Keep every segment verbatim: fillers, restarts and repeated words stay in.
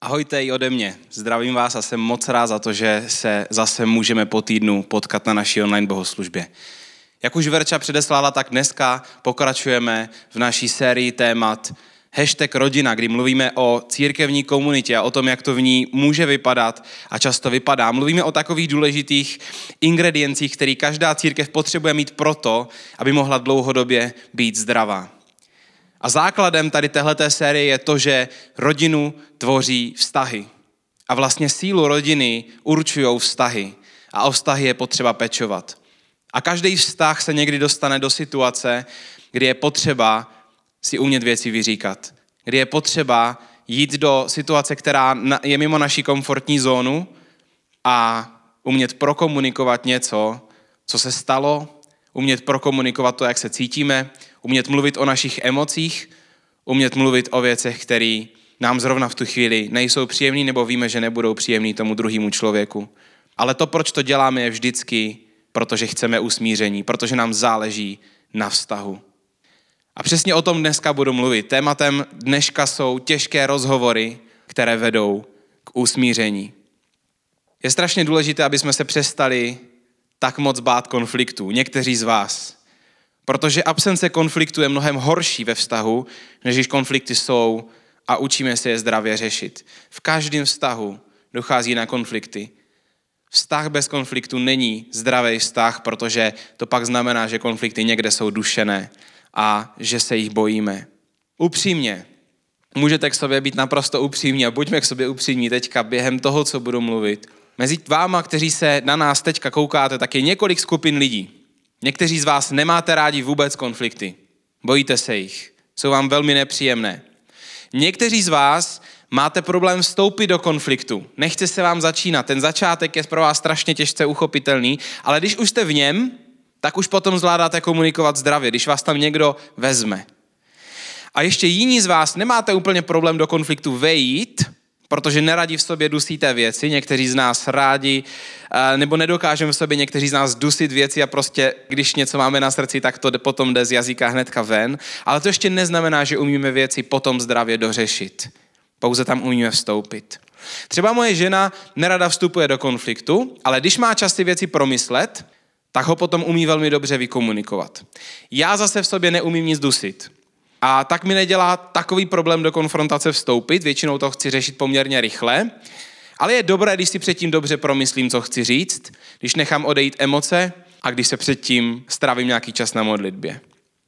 Ahojte i ode mě. Zdravím vás a jsem moc rád za to, že se zase můžeme po týdnu potkat na naší online bohoslužbě. Jak už Verča předeslala, tak dneska pokračujeme v naší sérii témat hashtag rodina, kdy mluvíme o církevní komunitě a o tom, jak to v ní může vypadat a často vypadá. Mluvíme o takových důležitých ingrediencích, které každá církev potřebuje mít proto, aby mohla dlouhodobě být zdravá. A základem tady téhleté série je to, že rodinu tvoří vztahy. A vlastně sílu rodiny určují vztahy. A o vztahy je potřeba pečovat. A každý vztah se někdy dostane do situace, kdy je potřeba si umět věci vyříkat. Kdy je potřeba jít do situace, která je mimo naší komfortní zónu a umět prokomunikovat něco, co se stalo, umět prokomunikovat to, jak se cítíme, umět mluvit o našich emocích, umět mluvit o věcech, které nám zrovna v tu chvíli nejsou příjemný nebo víme, že nebudou příjemný tomu druhému člověku. Ale to, proč to děláme, je vždycky, protože chceme usmíření, protože nám záleží na vztahu. A přesně o tom dneska budu mluvit. Tématem dneška jsou těžké rozhovory, které vedou k usmíření. Je strašně důležité, aby jsme se přestali tak moc bát konfliktů. Někteří z vás. Protože absence konfliktu je mnohem horší ve vztahu, než když konflikty jsou a učíme se je zdravě řešit. V každém vztahu dochází na konflikty. Vztah bez konfliktu není zdravý vztah, protože to pak znamená, že konflikty někde jsou dušené a že se jich bojíme. Upřímně, můžete k sobě být naprosto upřímní a buďme k sobě upřímní teďka během toho, co budu mluvit. Mezi váma, kteří se na nás teďka koukáte, tak je několik skupin lidí. Někteří z vás nemáte rádi vůbec konflikty. Bojíte se jich. Jsou vám velmi nepříjemné. Někteří z vás máte problém vstoupit do konfliktu. Nechce se vám začínat. Ten začátek je pro vás strašně těžce uchopitelný, ale když už jste v něm, tak už potom zvládáte komunikovat zdravě, když vás tam někdo vezme. A ještě jiní z vás nemáte úplně problém do konfliktu vejít, protože neradi v sobě dusíte věci, někteří z nás rádi, nebo nedokážeme v sobě někteří z nás dusit věci a prostě, když něco máme na srdci, tak to potom jde z jazyka hnedka ven. Ale to ještě neznamená, že umíme věci potom zdravě dořešit. Pouze tam umíme vstoupit. Třeba moje žena nerada vstupuje do konfliktu, ale když má čas ty věci promyslet, tak ho potom umí velmi dobře vykomunikovat. Já zase v sobě neumím nic dusit. A tak mi nedělá takový problém do konfrontace vstoupit, většinou to chci řešit poměrně rychle, ale je dobré, když si předtím dobře promyslím, co chci říct, když nechám odejít emoce a když se předtím strávím nějaký čas na modlitbě.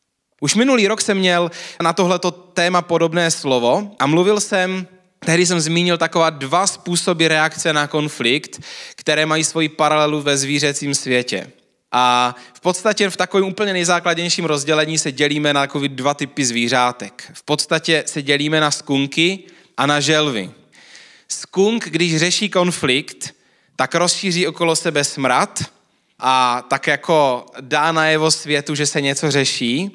Už minulý rok jsem měl na tohleto téma podobné slovo a mluvil jsem, tehdy jsem zmínil taková dva způsoby reakce na konflikt, které mají svoji paralelu ve zvířecím světě. A v podstatě v takovém úplně nejzákladnějším rozdělení se dělíme na takové dva typy zvířátek. V podstatě se dělíme na skunky a na želvy. Skunk, když řeší konflikt, tak rozšíří okolo sebe smrad a tak jako dá najevo světu, že se něco řeší,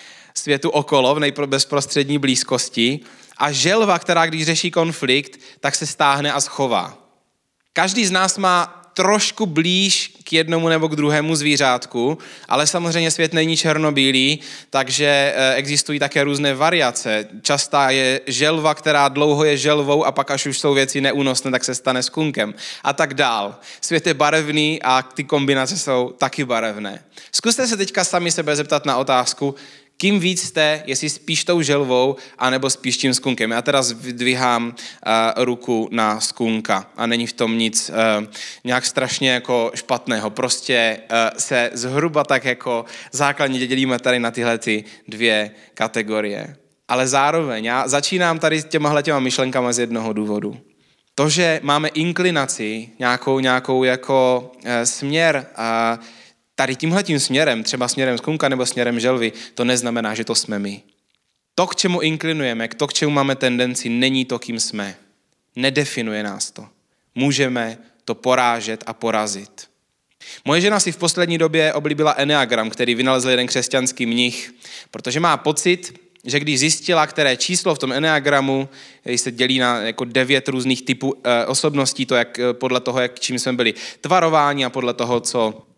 světu okolo v nejbezprostřední blízkosti. A želva, která když řeší konflikt, tak se stáhne a schová. Každý z nás má trošku blíž k jednomu nebo k druhému zvířátku, ale samozřejmě svět není černobílý, takže existují také různé variace. Častá je želva, která dlouho je želvou a pak až už jsou věci neúnosné, tak se stane skunkem a tak dál. Svět je barevný a ty kombinace jsou taky barevné. Zkuste se teďka sami sebe zeptat na otázku, kým víc jste, jestli spíš tou želvou, anebo spíš tím skunkem. Já teda zdvihám uh, ruku na skunka a není v tom nic uh, nějak strašně jako špatného. Prostě uh, se zhruba tak jako základně dělíme tady na tyhle ty dvě kategorie. Ale zároveň já začínám tady těmahle těma myšlenkama z jednoho důvodu. To, že máme inklinaci, nějakou, nějakou jako uh, směr a uh, tady tímhletím směrem, třeba směrem skunka nebo směrem želvy, to neznamená, že to jsme my. To, k čemu inklinujeme, to, k čemu máme tendenci, není to, kým jsme. Nedefinuje nás to. Můžeme to porážet a porazit. Moje žena si v poslední době oblíbila Enneagram, který vynalezl jeden křesťanský mnich, protože má pocit, že když zjistila, které číslo v tom Enneagramu, který se dělí na jako devět různých typů e, osobností, to jak podle toho, jak čím jsme byli tvarováni a podle toho, co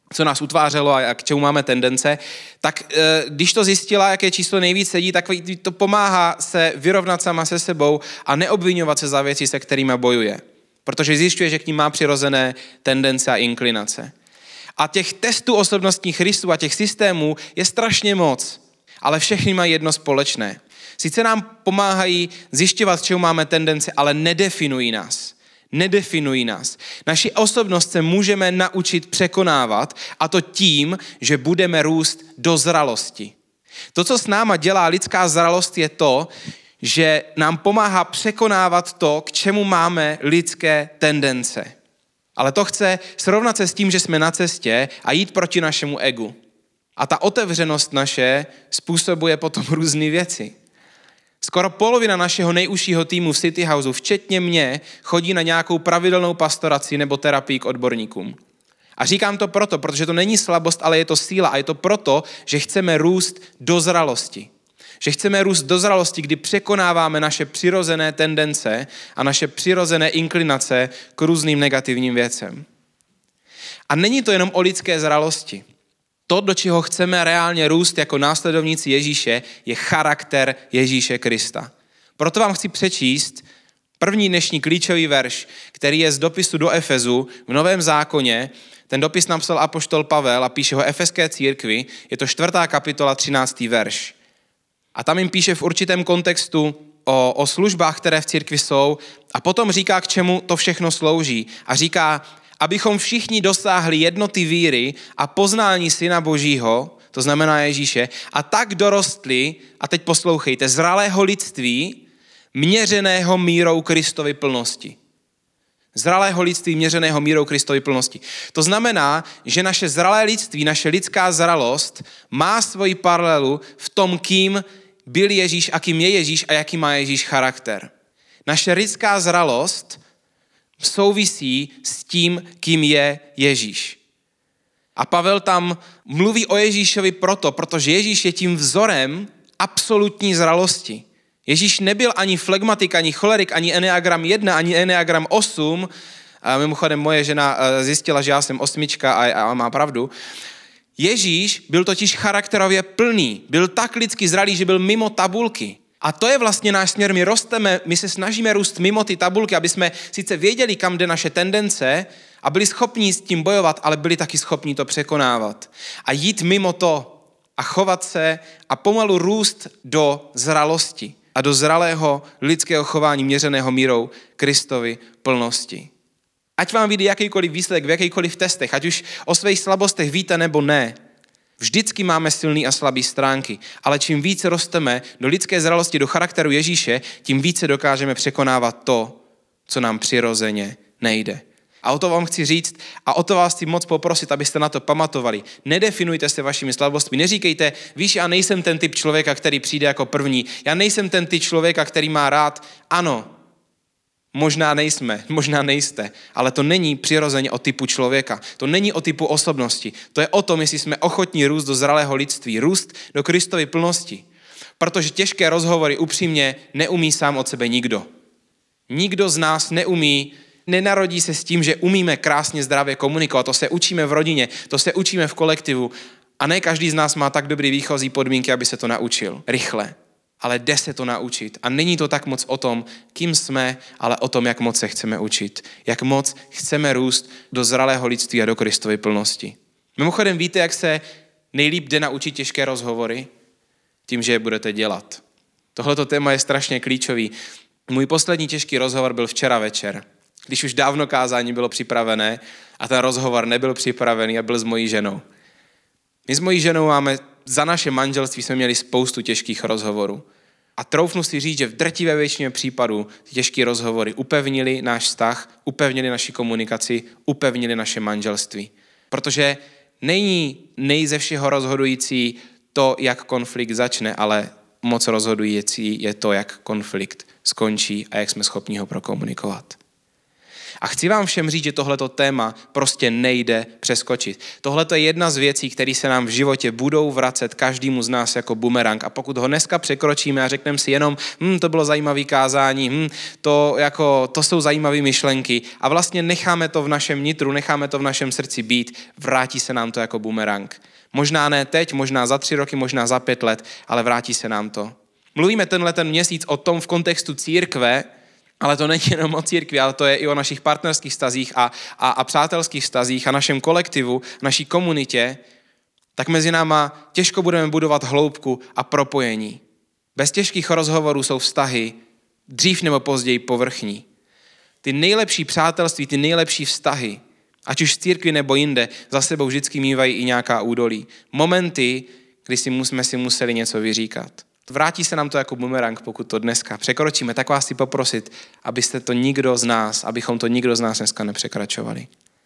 co nás utvářelo a k čemu máme tendence, tak když to zjistila, jaké číslo nejvíc sedí, tak to pomáhá se vyrovnat sama se sebou a neobvinovat se za věci, se kterými bojuje. Protože zjišťuje, že k ním má přirozené tendence a inklinace. A těch testů osobnostních rysů a těch systémů je strašně moc, ale všechny mají jedno společné. Sice nám pomáhají zjišťovat, k čemu máme tendence, ale nedefinují nás. Nedefinují nás. Naši osobnost se můžeme naučit překonávat, a to tím, že budeme růst do zralosti. To, co s náma dělá lidská zralost, je to, že nám pomáhá překonávat to, k čemu máme lidské tendence. Ale to chce srovnat se s tím, že jsme na cestě a jít proti našemu egu. A ta otevřenost naše způsobuje potom různé věci. Skoro polovina našeho nejužšího týmu v City Houseu, včetně mě, chodí na nějakou pravidelnou pastoraci nebo terapii k odborníkům. A říkám to proto, protože to není slabost, ale je to síla. A je to proto, že chceme růst do zralosti. Že chceme růst do zralosti, kdy překonáváme naše přirozené tendence a naše přirozené inklinace k různým negativním věcem. A není to jenom o lidské zralosti. To, do čeho chceme reálně růst jako následovníci Ježíše, je charakter Ježíše Krista. Proto vám chci přečíst první dnešní klíčový verš, který je z dopisu do Efezu v Novém zákoně. Ten dopis napsal apoštol Pavel a píše ho Efeské církvi. Je to čtvrtá kapitola, třináctý verš. A tam jim píše v určitém kontextu o, o službách, které v církvi jsou, a potom říká, k čemu to všechno slouží. A říká, abychom všichni dosáhli jednoty víry a poznání Syna Božího, to znamená Ježíše, a tak dorostli, a teď poslouchejte, zralého lidství, měřeného mírou Kristovy plnosti. Zralého lidství měřeného mírou Kristovy plnosti. To znamená, že naše zralé lidství, naše lidská zralost má svoji paralelu v tom, kým byl Ježíš a kým je Ježíš a jaký má Ježíš charakter. Naše lidská zralost souvisí s tím, kým je Ježíš. A Pavel tam mluví o Ježíšovi proto, protože Ježíš je tím vzorem absolutní zralosti. Ježíš nebyl ani flegmatik, ani cholerik, ani Enneagram jedna, ani Enneagram osm. A mimochodem moje žena zjistila, že já jsem osmička a, a má pravdu. Ježíš byl totiž charakterově plný. Byl tak lidsky zralý, že byl mimo tabulky. A to je vlastně náš směr. My rosteme, my se snažíme růst mimo ty tabulky, aby jsme sice věděli, kam jde naše tendence a byli schopní s tím bojovat, ale byli taky schopní to překonávat. A jít mimo to a chovat se a pomalu růst do zralosti a do zralého lidského chování měřeného mírou Kristovy plnosti. Ať vám vyjde jakýkoliv výsledek v jakýkoliv testech, ať už o svých slabostech víte nebo ne, vždycky máme silný a slabý stránky, ale čím více rosteme do lidské zralosti, do charakteru Ježíše, tím více dokážeme překonávat to, co nám přirozeně nejde. A o to vám chci říct a o to vás chci moc poprosit, abyste na to pamatovali. Nedefinujte se vašimi slabostmi. Neříkejte, víš, já nejsem ten typ člověka, který přijde jako první. Já nejsem ten typ člověka, který má rád. Ano, možná nejsme, možná nejste, ale to není přirozeně o typu člověka. To není o typu osobnosti. To je o tom, jestli jsme ochotní růst do zralého lidství, růst do Kristovy plnosti. Protože těžké rozhovory upřímně neumí sám od sebe nikdo. Nikdo z nás neumí, nenarodí se s tím, že umíme krásně zdravě komunikovat. To se učíme v rodině, to se učíme v kolektivu a ne každý z nás má tak dobrý výchozí podmínky, aby se to naučil rychle. Ale jde se to naučit. A není to tak moc o tom, kým jsme, ale o tom, jak moc se chceme učit. Jak moc chceme růst do zralého lidství a do Kristovy plnosti. Mimochodem víte, jak se nejlíp jde naučit těžké rozhovory? Tím, že je budete dělat. Tohleto téma je strašně klíčový. Můj poslední těžký rozhovor byl včera večer, když už dávno kázání bylo připravené a ten rozhovor nebyl připravený a byl s mojí ženou. My s mojí ženou máme, za naše manželství jsme měli spoustu těžkých rozhovorů. A troufnu si říct, že v drtivé většině případů ty těžké rozhovory upevnili náš vztah, upevnili naši komunikaci, upevnili naše manželství. Protože není nejze všeho rozhodující to, jak konflikt začne, ale moc rozhodující je to, jak konflikt skončí a jak jsme schopni ho prokomunikovat. A chci vám všem říct, že tohleto téma prostě nejde přeskočit. Tohle je jedna z věcí, které se nám v životě budou vracet každému z nás jako bumerang. A pokud ho dneska překročíme a řekneme si jenom, hm, to bylo zajímavé kázání, hm, to, jako, to jsou zajímavé myšlenky a vlastně necháme to v našem nitru, necháme to v našem srdci být, vrátí se nám to jako bumerang. Možná ne teď, možná za tři roky, možná za pět let, ale vrátí se nám to. Mluvíme tenhle ten měsíc o tom v kontextu církve, ale to není jenom o církvi, ale to je i o našich partnerských vztazích a, a, a přátelských vztazích a našem kolektivu, naší komunitě, tak mezi náma těžko budeme budovat hloubku a propojení. Bez těžkých rozhovorů jsou vztahy dřív nebo později povrchní. Ty nejlepší přátelství, ty nejlepší vztahy, ať už v církvi nebo jinde, za sebou vždycky mývají i nějaká údolí. Momenty, kdy si jsme si museli něco vyříkat. Vrátí se nám to jako bumerang, pokud to dneska překročíme, tak vás chci poprosit, abyste to nikdo z nás, abychom to nikdo z nás dneska nepřekračovali.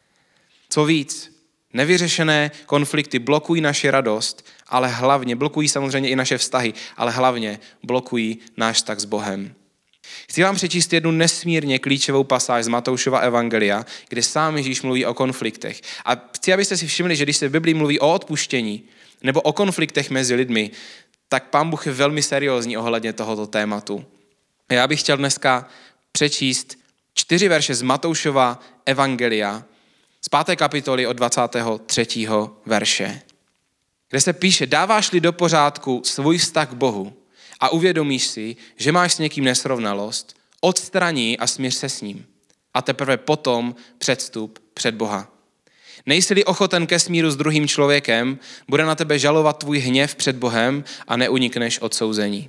Co víc, nevyřešené konflikty blokují naši radost, ale hlavně blokují samozřejmě i naše vztahy, ale hlavně blokují náš vztah s Bohem. Chci vám přečíst jednu nesmírně klíčovou pasáž z Matoušova evangelia, kde sám Ježíš mluví o konfliktech. A chci, abyste si všimli, že když se v Biblii mluví o odpuštění nebo o konfliktech mezi lidmi, tak Pán Bůh je velmi seriózní ohledně tohoto tématu. Já bych chtěl dneska přečíst čtyři verše z Matoušova evangelia z páté kapitoly od dvacátého třetího verše, kde se píše, dáváš-li do pořádku svůj vztah k Bohu a uvědomíš si, že máš s někým nesrovnalost, odstraní a smíř se s ním. A teprve potom předstup před Boha. Nejsi-li ochoten ke smíru s druhým člověkem, bude na tebe žalovat tvůj hněv před Bohem a neunikneš odsouzení.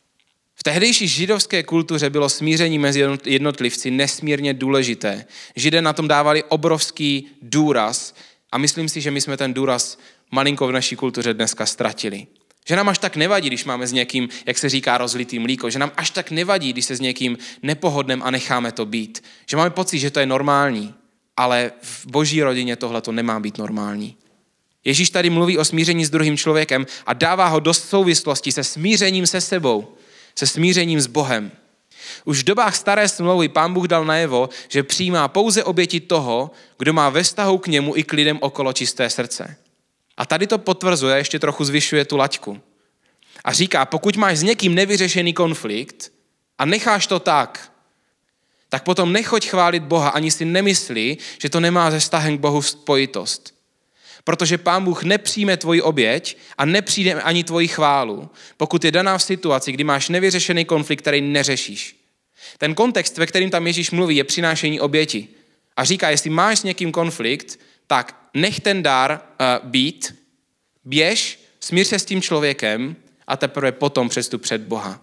V tehdejší židovské kultuře bylo smíření mezi jednotlivci nesmírně důležité. Židé na tom dávali obrovský důraz a myslím si, že my jsme ten důraz malinko v naší kultuře dneska ztratili. Že nám až tak nevadí, když máme s někým, jak se říká, rozlitý mlíko. Že nám až tak nevadí, když se s někým nepohodneme a necháme to být. Že máme pocit, že to je normální. Ale v boží rodině tohle to nemá být normální. Ježíš tady mluví o smíření s druhým člověkem a dává ho do souvislosti se smířením se sebou, se smířením s Bohem. Už v dobách staré smlouvy Pán Bůh dal najevo, že přijímá pouze oběti toho, kdo má ve vztahu k němu i k lidem okolo čisté srdce. A tady to potvrzuje, ještě trochu zvyšuje tu laťku. A říká, pokud máš s někým nevyřešený konflikt a necháš to tak, tak potom nechoď chválit Boha, ani si nemyslí, že to nemá se vztahem k Bohu spojitost. Protože Pán Bůh nepřijme tvoji oběť a nepřijde ani tvoji chválu, pokud je daná v situaci, kdy máš nevyřešený konflikt, který neřešíš. Ten kontext, ve kterým tam Ježíš mluví, je přinášení oběti. A říká, jestli máš s někým konflikt, tak nech ten dar uh, být, běž, smíř se s tím člověkem a teprve potom předstup před Boha.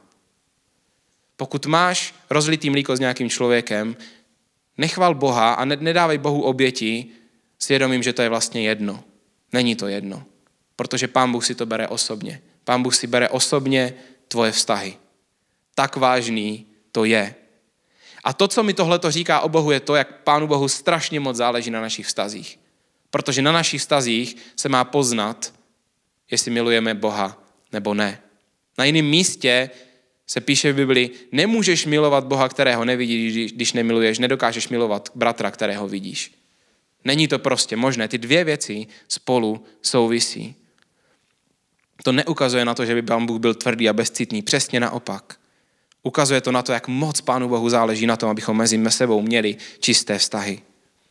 Pokud máš rozlitý mlíko s nějakým člověkem, nechval Boha a nedávej Bohu oběti s vědomím, že to je vlastně jedno. Není to jedno, protože Pán Bůh si to bere osobně. Pán Bůh si bere osobně tvoje vztahy. Tak vážný to je. A to, co mi tohleto říká o Bohu, je to, jak Pánu Bohu strašně moc záleží na našich vztazích. Protože na našich vztazích se má poznat, jestli milujeme Boha nebo ne. Na jiném místě se píše v Biblii, nemůžeš milovat Boha, kterého nevidíš, když nemiluješ, nedokážeš milovat bratra, kterého vidíš. Není to prostě možné. Ty dvě věci spolu souvisí. To neukazuje na to, že by Pán Bůh byl tvrdý a bezcitný. Přesně naopak. Ukazuje to na to, jak moc Pánu Bohu záleží na tom, abychom mezi sebou měli čisté vztahy.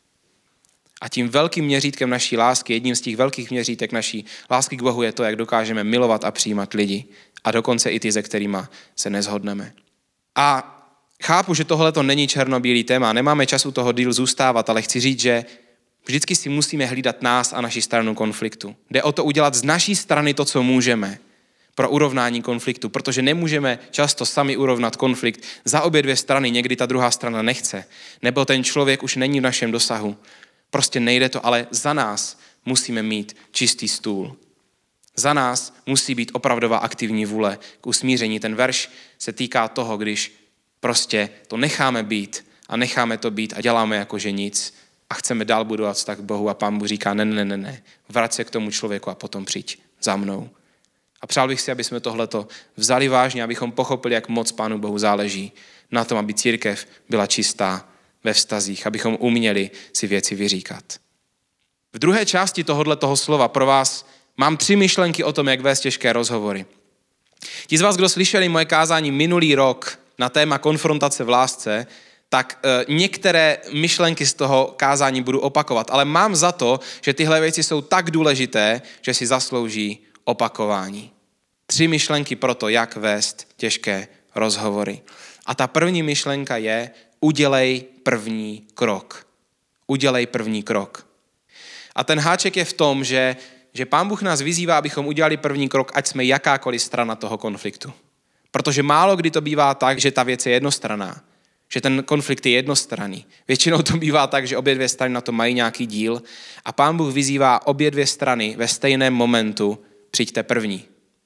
A tím velkým měřítkem naší lásky, jedním z těch velkých měřítek naší lásky k Bohu je to, jak dokážeme milovat a přijímat lidi. A dokonce i ty, se kterými se nezhodneme. A chápu, že tohle to není černobílý téma, nemáme čas u toho díl zůstávat, ale chci říct, že vždycky si musíme hlídat nás a naši stranu konfliktu. Jde o to udělat z naší strany to, co můžeme pro urovnání konfliktu, protože nemůžeme často sami urovnat konflikt. Za obě dvě strany někdy ta druhá strana nechce, nebo ten člověk už není v našem dosahu. Prostě nejde to, ale za nás musíme mít čistý stůl. Za nás musí být opravdová aktivní vůle k usmíření. Ten verš se týká toho, když prostě to necháme být a necháme to být a děláme jako že nic a chceme dál budovat vztah k Bohu a Pán Bůh říká ne, ne, ne, ne, vrať se k tomu člověku a potom přijď za mnou. A přál bych si, aby jsme tohleto vzali vážně, abychom pochopili, jak moc Pánu Bohu záleží na tom, aby církev byla čistá ve vztazích, abychom uměli si věci vyříkat. V druhé části tohoto slova pro vás mám tři myšlenky o tom, jak vést těžké rozhovory. Ti z vás, kdo slyšeli moje kázání minulý rok na téma konfrontace v lásce, tak e, některé myšlenky z toho kázání budu opakovat, ale mám za to, že tyhle věci jsou tak důležité, že si zaslouží opakování. Tři myšlenky pro to, jak vést těžké rozhovory. A ta první myšlenka je, udělej první krok. Udělej první krok. A ten háček je v tom, že, že Pán Bůh nás vyzývá, abychom udělali první krok, ať jsme jakákoliv strana toho konfliktu. Protože málo kdy to bývá tak, že ta věc je jednostranná. Že ten konflikt je jednostranný. Většinou to bývá tak, že obě dvě strany na to mají nějaký díl a Pán Bůh vyzývá obě dvě strany ve stejném momentu, přijďte první.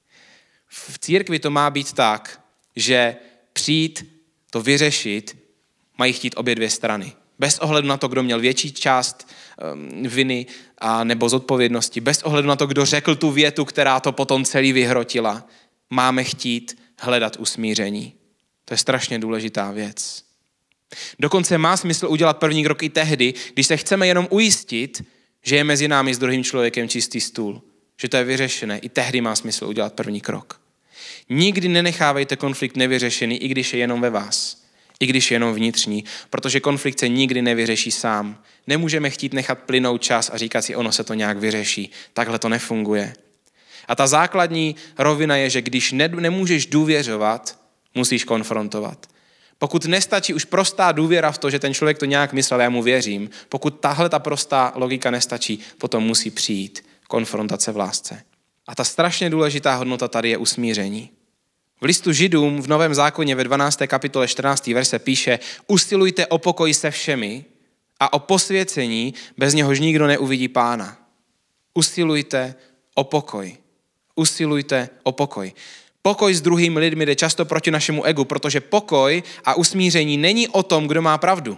V církvi to má být tak, že přijít, to vyřešit, mají chtít obě dvě strany. Bez ohledu na to, kdo měl větší část um, viny a nebo zodpovědnosti, bez ohledu na to, kdo řekl tu větu, která to potom celý vyhrotila, máme chtít hledat usmíření. To je strašně důležitá věc. Dokonce má smysl udělat první krok i tehdy, když se chceme jenom ujistit, že je mezi námi s druhým člověkem čistý stůl, že to je vyřešené. I tehdy má smysl udělat první krok. Nikdy nenechávejte konflikt nevyřešený, i když je jenom ve vás. I když je jenom vnitřní, protože konflikt se nikdy nevyřeší sám. Nemůžeme chtít nechat plynout čas a říkat si, ono se to nějak vyřeší. Takhle to nefunguje. A ta základní rovina je, že když ne, nemůžeš důvěřovat, musíš konfrontovat. Pokud nestačí už prostá důvěra v to, že ten člověk to nějak myslel, já mu věřím, pokud tahle ta prostá logika nestačí, potom musí přijít konfrontace v lásce. A ta strašně důležitá hodnota tady je usmíření. V listu Židům v Novém zákoně ve dvanácté kapitole čtrnácté verse píše: usilujte o pokoj se všemi a o posvěcení, bez něhož nikdo neuvidí Pána. Usilujte o pokoj. Usilujte o pokoj. Pokoj s druhými lidmi jde často proti našemu egu, protože pokoj a usmíření není o tom, kdo má pravdu.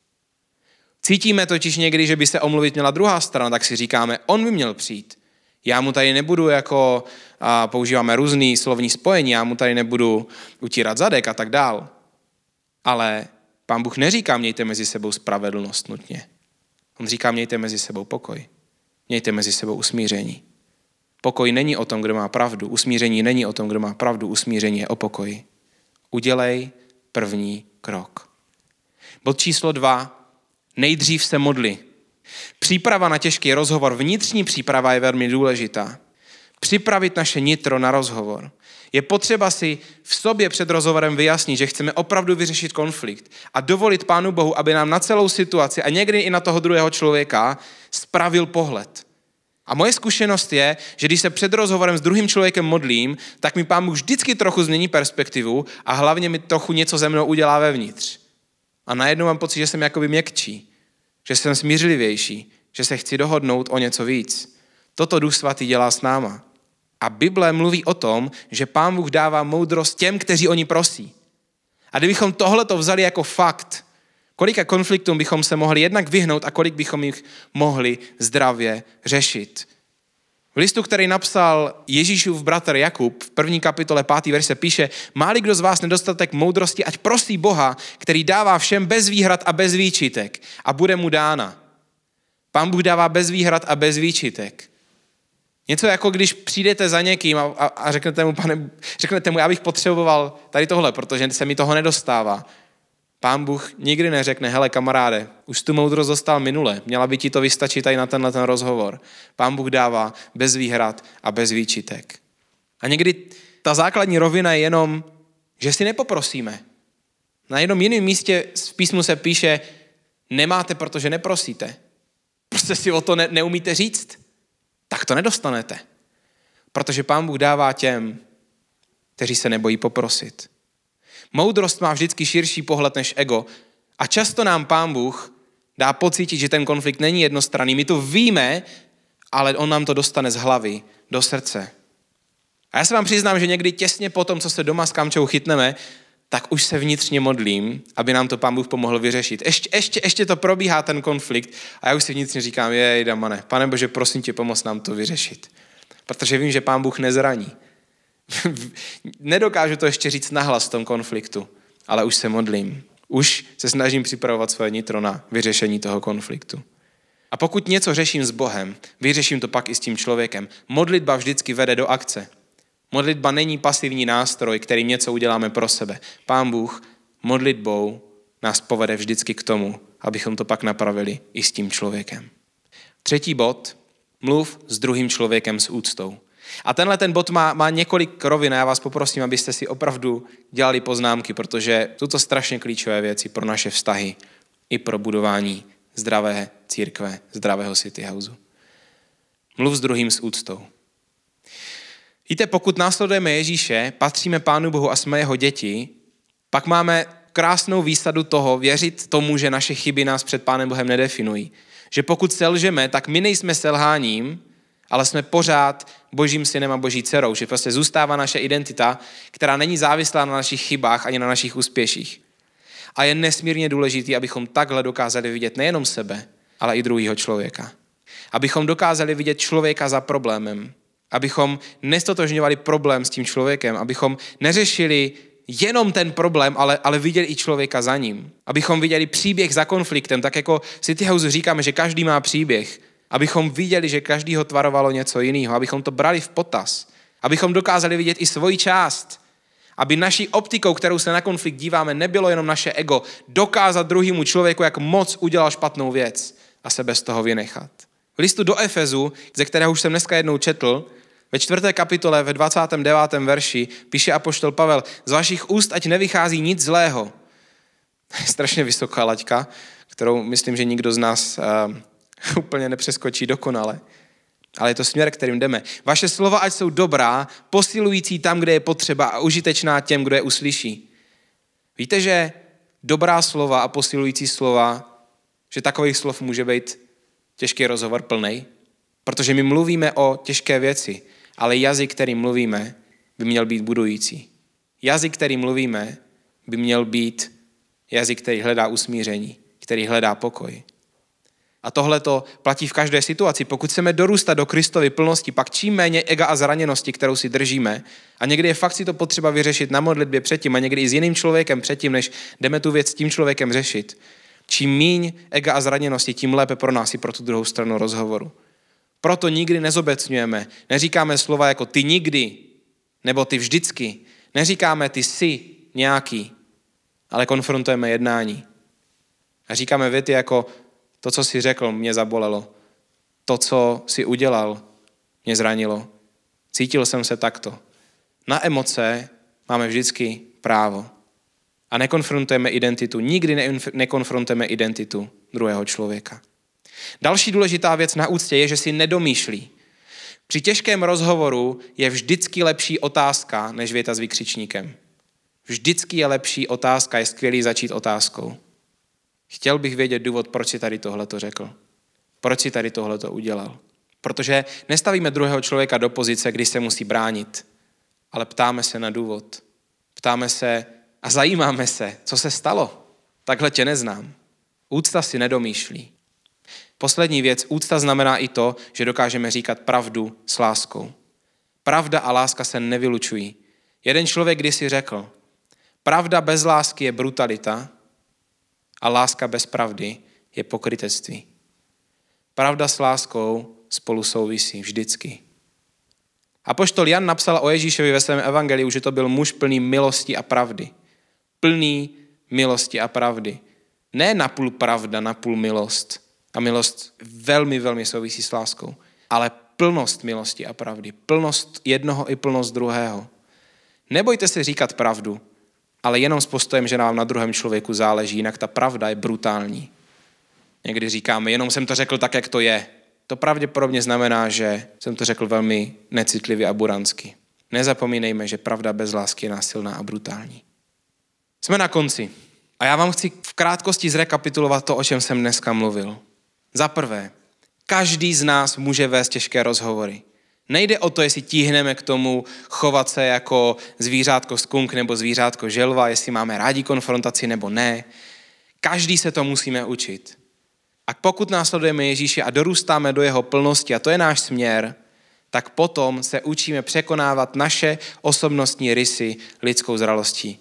Cítíme totiž někdy, že by se omluvit měla druhá strana, tak si říkáme, on by měl přijít. Já mu tady nebudu jako, a používáme různý slovní spojení, já mu tady nebudu utírat zadek a tak dál. Ale Pán Bůh neříká, mějte mezi sebou spravedlnost nutně. On říká, mějte mezi sebou pokoj. Mějte mezi sebou usmíření. Pokoj není o tom, kdo má pravdu. Usmíření není o tom, kdo má pravdu. Usmíření je o pokoji. Udělej první krok. Bod číslo dva. Nejdřív se modli. Příprava na těžký rozhovor, vnitřní příprava je velmi důležitá. Připravit naše nitro na rozhovor. Je potřeba si v sobě před rozhovorem vyjasnit, že chceme opravdu vyřešit konflikt a dovolit Pánu Bohu, aby nám na celou situaci a někdy i na toho druhého člověka spravil pohled. A moje zkušenost je, že když se před rozhovorem s druhým člověkem modlím, tak mi Pán Bůh vždycky trochu změní perspektivu a hlavně mi trochu něco ze mnou udělá vevnitř. A najednou mám pocit, že jsem jakoby měkčí, že jsem smířlivější, že se chci dohodnout o něco víc. Toto Duch Svatý dělá s náma. A Bible mluví o tom, že Pán Bůh dává moudrost těm, kteří o ní prosí. A kdybychom tohleto vzali jako fakt, kolika konfliktům bychom se mohli jednak vyhnout a kolik bychom jich mohli zdravě řešit. V listu, který napsal Ježíšův bratr Jakub, v první kapitole pátý verše píše: má-li kdo z vás nedostatek moudrosti, ať prosí Boha, který dává všem bez výhrad a bez výčitek, a bude mu dána. Pán Bůh dává bez výhrad a bez výčitek. Něco jako když přijdete za někým a, a, a řeknete mu, pane, řeknete mu, já bych potřeboval tady tohle, protože se mi toho nedostává. Pán Bůh nikdy neřekne, hele kamaráde, už tu moudrost dostal minule, měla by ti to vystačit tady na tenhle ten rozhovor. Pán Bůh dává bez výhrad a bez výčitek. A někdy ta základní rovina je jenom, že si nepoprosíme. Na jednom jiném místě v písmu se píše, nemáte, protože neprosíte. Prostě si o to ne, neumíte říct. Tak to nedostanete. Protože Pán Bůh dává těm, kteří se nebojí poprosit. Moudrost má vždycky širší pohled než ego a často nám Pán Bůh dá pocítit, že ten konflikt není jednostranný. My to víme, ale on nám to dostane z hlavy do srdce. A já se vám přiznám, že někdy těsně po tom, co se doma s Kamčou chytneme, tak už se vnitřně modlím, aby nám to Pán Bůh pomohl vyřešit. Ještě, ještě, ještě to probíhá ten konflikt a já už si vnitřně říkám, jej Damane, Pane Bože, prosím tě, pomoz nám to vyřešit. Protože vím, že Pán Bůh nezraní. Nedokážu to ještě říct nahlas v tom konfliktu, ale už se modlím. Už se snažím připravovat svoje nitro na vyřešení toho konfliktu. A pokud něco řeším s Bohem, vyřeším to pak i s tím člověkem. Modlitba vždycky vede do akce. Modlitba není pasivní nástroj, kterým něco uděláme pro sebe. Pán Bůh modlitbou nás povede vždycky k tomu, abychom to pak napravili i s tím člověkem. Třetí bod. Mluv s druhým člověkem s úctou. A tenhle ten bod má, má několik rovin a já vás poprosím, abyste si opravdu dělali poznámky, protože jsou to strašně klíčové věci pro naše vztahy i pro budování zdravé církve, zdravého City Houseu. Mluv s druhým s úctou. Víte, pokud následujeme Ježíše, patříme Pánu Bohu a jsme jeho děti, pak máme krásnou výsadu toho věřit tomu, že naše chyby nás před Pánem Bohem nedefinují. Že pokud selžeme, tak my nejsme selháním, ale jsme pořád Božím synem a Boží dcerou. Že prostě zůstává naše identita, která není závislá na našich chybách ani na našich úspěších. A je nesmírně důležité, abychom takhle dokázali vidět nejenom sebe, ale i druhého člověka. Abychom dokázali vidět člověka za problémem. Abychom nestotožňovali problém s tím člověkem. Abychom neřešili jenom ten problém, ale, ale viděli i člověka za ním. Abychom viděli příběh za konfliktem. Tak jako v City Houseu říkáme, že každý má příběh. Abychom viděli, že každýho tvarovalo něco jiného. Abychom to brali v potaz. Abychom dokázali vidět i svoji část. Aby naší optikou, kterou se na konflikt díváme, nebylo jenom naše ego, dokázat druhému člověku, jak moc udělal špatnou věc a se bez toho vynechat. V listu do Efezu, ze kterého už jsem dneska jednou četl, ve čtvrté kapitole, ve dvacátém devátém verši, píše apoštol Pavel, z vašich úst ať nevychází nic zlého. Strašně vysoká laťka, kterou myslím, že nikdo z nás uh, úplně nepřeskočí dokonale. Ale je to směr, kterým jdeme. Vaše slova ať jsou dobrá, posilující tam, kde je potřeba a užitečná těm, kdo je uslyší. Víte, že dobrá slova a posilující slova, že takových slov může být těžký rozhovor plnej? Protože my mluvíme o těžké věci, ale jazyk, který mluvíme, by měl být budující. Jazyk, který mluvíme, by měl být jazyk, který hledá usmíření, který hledá pokoj. A tohle to platí v každé situaci. Pokud chceme dorůstat do Kristovy plnosti, pak čím méně ega a zraněnosti, kterou si držíme, a někdy je fakt si to potřeba vyřešit na modlitbě předtím a někdy i s jiným člověkem předtím, než jdeme tu věc s tím člověkem řešit. Čím míň ega a zraněnosti, tím lépe pro nás i pro tu druhou stranu rozhovoru. Proto nikdy nezobecňujeme. Neříkáme slova jako ty nikdy, nebo ty vždycky. Neříkáme ty jsi nějaký, ale konfrontujeme jednání. A říkáme věty jako to, co jsi řekl, mě zabolelo. To, co jsi udělal, mě zranilo. Cítil jsem se takto. Na emoce máme vždycky právo. A nekonfrontujeme identitu. Nikdy ne- nekonfrontujeme identitu druhého člověka. Další důležitá věc na úctě je, že si nedomýšlí. Při těžkém rozhovoru je vždycky lepší otázka, než věta s vykřičníkem. Vždycky je lepší otázka, je skvělý začít otázkou. Chtěl bych vědět důvod, proč si tady tohleto řekl. Proč si tady tohleto udělal. Protože nestavíme druhého člověka do pozice, kdy se musí bránit, ale ptáme se na důvod. Ptáme se a zajímáme se, co se stalo. Takhle tě neznám. Úcta si nedomýšlí. Poslední věc, úcta znamená i to, že dokážeme říkat pravdu s láskou. Pravda a láska se nevylučují. Jeden člověk kdysi řekl, pravda bez lásky je brutalita a láska bez pravdy je pokrytectví. Pravda s láskou spolu souvisí vždycky. Apoštol Jan napsal o Ježíšovi ve svém evangeliu, že to byl muž plný milosti a pravdy. Plný milosti a pravdy. Ne napůl pravda, napůl milost. A milost velmi, velmi souvisí s láskou. Ale plnost milosti a pravdy. Plnost jednoho i plnost druhého. Nebojte se říkat pravdu, ale jenom s postojem, že nám na druhém člověku záleží, jinak ta pravda je brutální. Někdy říkáme, jenom jsem to řekl tak, jak to je. To pravděpodobně znamená, že jsem to řekl velmi necitlivě a buransky. Nezapomínejme, že pravda bez lásky je násilná a brutální. Jsme na konci. A já vám chci v krátkosti zrekapitulovat to, o čem jsem dneska mluvil. Za prvé, každý z nás může vést těžké rozhovory. Nejde o to, jestli tíhneme k tomu chovat se jako zvířátko skunk nebo zvířátko želva, jestli máme rádi konfrontaci nebo ne. Každý se to musíme učit. A pokud následujeme Ježíše a dorůstáme do jeho plnosti, a to je náš směr, tak potom se učíme překonávat naše osobnostní rysy lidskou zralostí.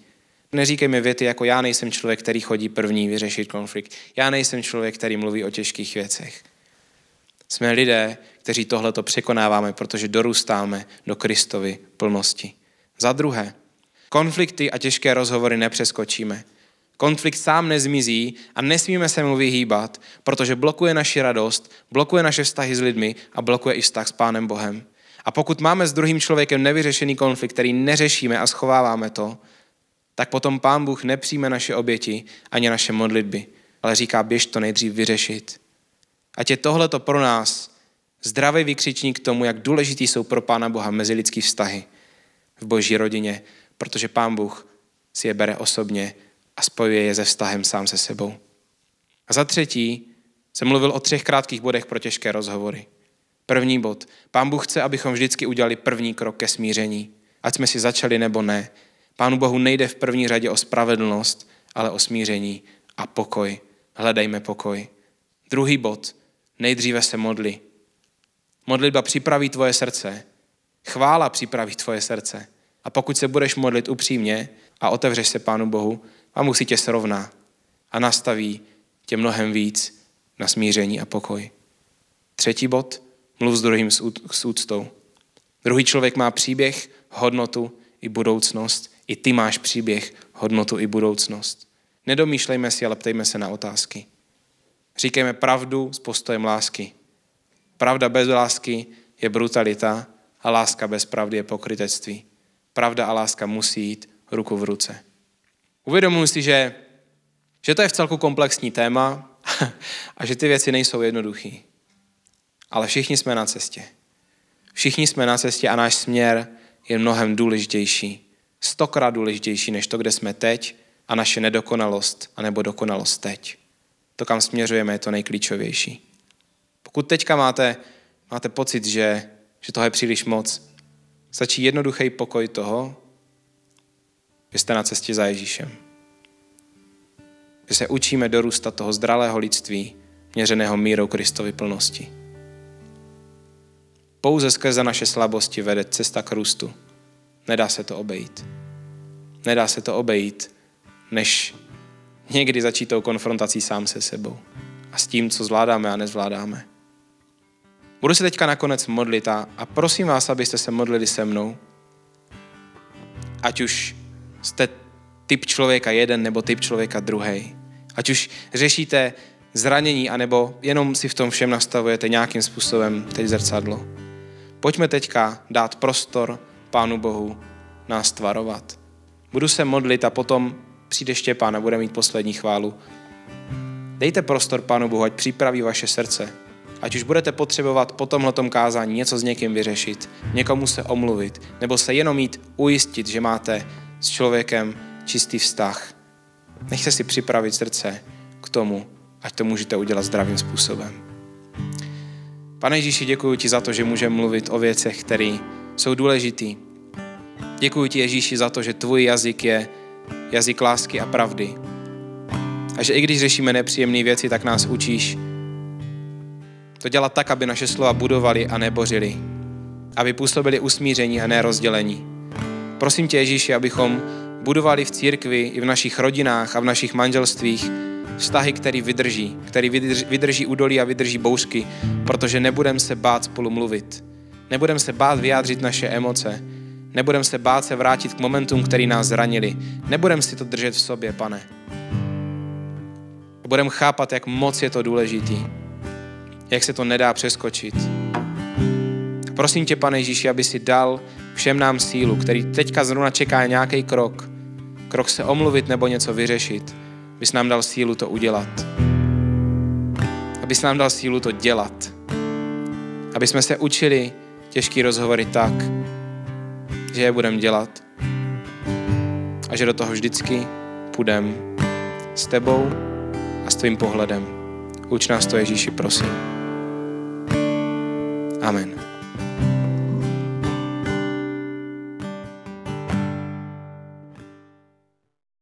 Neříkej mi věty jako já nejsem člověk, který chodí první vyřešit konflikt. Já nejsem člověk, který mluví o těžkých věcech. Jsme lidé, kteří tohleto překonáváme, protože dorůstáme do Kristovy plnosti. Za druhé, konflikty a těžké rozhovory nepřeskočíme. Konflikt sám nezmizí a nesmíme se mu vyhýbat, protože blokuje naši radost, blokuje naše vztahy s lidmi a blokuje i vztah s Pánem Bohem. A pokud máme s druhým člověkem nevyřešený konflikt, který neřešíme a schováváme to, tak potom Pán Bůh nepřijme naše oběti ani naše modlitby, ale říká, běž to nejdřív vyřešit. Ať je tohleto pro nás zdravý vykřičník k tomu, jak důležitý jsou pro Pána Boha mezilidský vztahy v Boží rodině, protože Pán Bůh si je bere osobně a spojuje je se vztahem sám se sebou. A za třetí jsem mluvil o třech krátkých bodech pro těžké rozhovory. První bod. Pán Bůh chce, abychom vždycky udělali první krok ke smíření. Ať jsme si začali nebo ne. Pánu Bohu nejde v první řadě o spravedlnost, ale o smíření a pokoj. Hledejme pokoj. Druhý bod. Nejdříve se modli. Modlitba připraví tvoje srdce. Chvála připraví tvoje srdce. A pokud se budeš modlit upřímně a otevřeš se Pánu Bohu, Pán Bůh si tě srovná a nastaví tě mnohem víc na smíření a pokoj. Třetí bod. Mluv s druhým s úctou. Druhý člověk má příběh, hodnotu i budoucnost. I ty máš příběh, hodnotu i budoucnost. Nedomýšlejme si, ale ptejme se na otázky. Říkejme pravdu s postojem lásky. Pravda bez lásky je brutalita a láska bez pravdy je pokrytectví. Pravda a láska musí jít ruku v ruce. Uvědomuji si, že, že to je v celku komplexní téma a že ty věci nejsou jednoduché. Ale všichni jsme na cestě. Všichni jsme na cestě a náš směr je mnohem důležitější. Stokrát důležitější než to, kde jsme teď a naše nedokonalost anebo dokonalost teď. To, kam směřujeme, je to nejklíčovější. Pokud teďka máte, máte pocit, že, že toho je příliš moc, stačí jednoduchý pokoj toho, že jste na cestě za Ježíšem. Že se učíme dorůstat toho zdralého lidství, měřeného mírou Kristovy plnosti. Pouze skrze naše slabosti vede cesta k růstu. Nedá se to obejít. Nedá se to obejít, než někdy začít tou konfrontací sám se sebou a s tím, co zvládáme a nezvládáme. Budu se teďka nakonec modlit a, a prosím vás, abyste se modlili se mnou. Ať už jste typ člověka jeden nebo typ člověka druhý. Ať už řešíte zranění, anebo jenom si v tom všem nastavujete nějakým způsobem teď zrcadlo. Pojďme teďka dát prostor Pánu Bohu nás tvarovat. Budu se modlit a potom přijde Štěpán a bude mít poslední chválu. Dejte prostor Pánu Bohu, ať připraví vaše srdce. Ať už budete potřebovat po tomhletom kázání něco s někým vyřešit, někomu se omluvit, nebo se jenom mít ujistit, že máte s člověkem čistý vztah. Nechte si připravit srdce k tomu, ať to můžete udělat zdravým způsobem. Pane Ježíši, děkuji ti za to, že můžeme mluvit o věcech, které jsou důležitý. Děkuji ti, Ježíši, za to, že tvůj jazyk je jazyk lásky a pravdy. A že i když řešíme nepříjemné věci, tak nás učíš to dělat tak, aby naše slova budovaly a nebořily. Aby působily usmíření a ne rozdělení. Prosím tě, Ježíši, abychom budovali v církvi i v našich rodinách a v našich manželstvích vztahy, který vydrží, který vydrží, vydrží údolí a vydrží bouřky, protože nebudeme se bát spolu mluvit. Nebudeme se bát vyjádřit naše emoce. Nebudeme se bát se vrátit k momentům, který nás zranili. Nebudeme si to držet v sobě, Pane. Budeme chápat, jak moc je to důležitý. Jak se to nedá přeskočit. Prosím tě, Pane Ježíši, aby si dal všem nám sílu, který teďka zrovna čeká nějaký krok. Krok se omluvit nebo něco vyřešit. Abys nám dal sílu to udělat. Abys nám dal sílu to dělat. Aby jsme se učili těžký rozhovory tak, že je budeme dělat a že do toho vždycky půjdeme s tebou a s tvým pohledem. Uč nás to, Ježíši, prosím. Amen.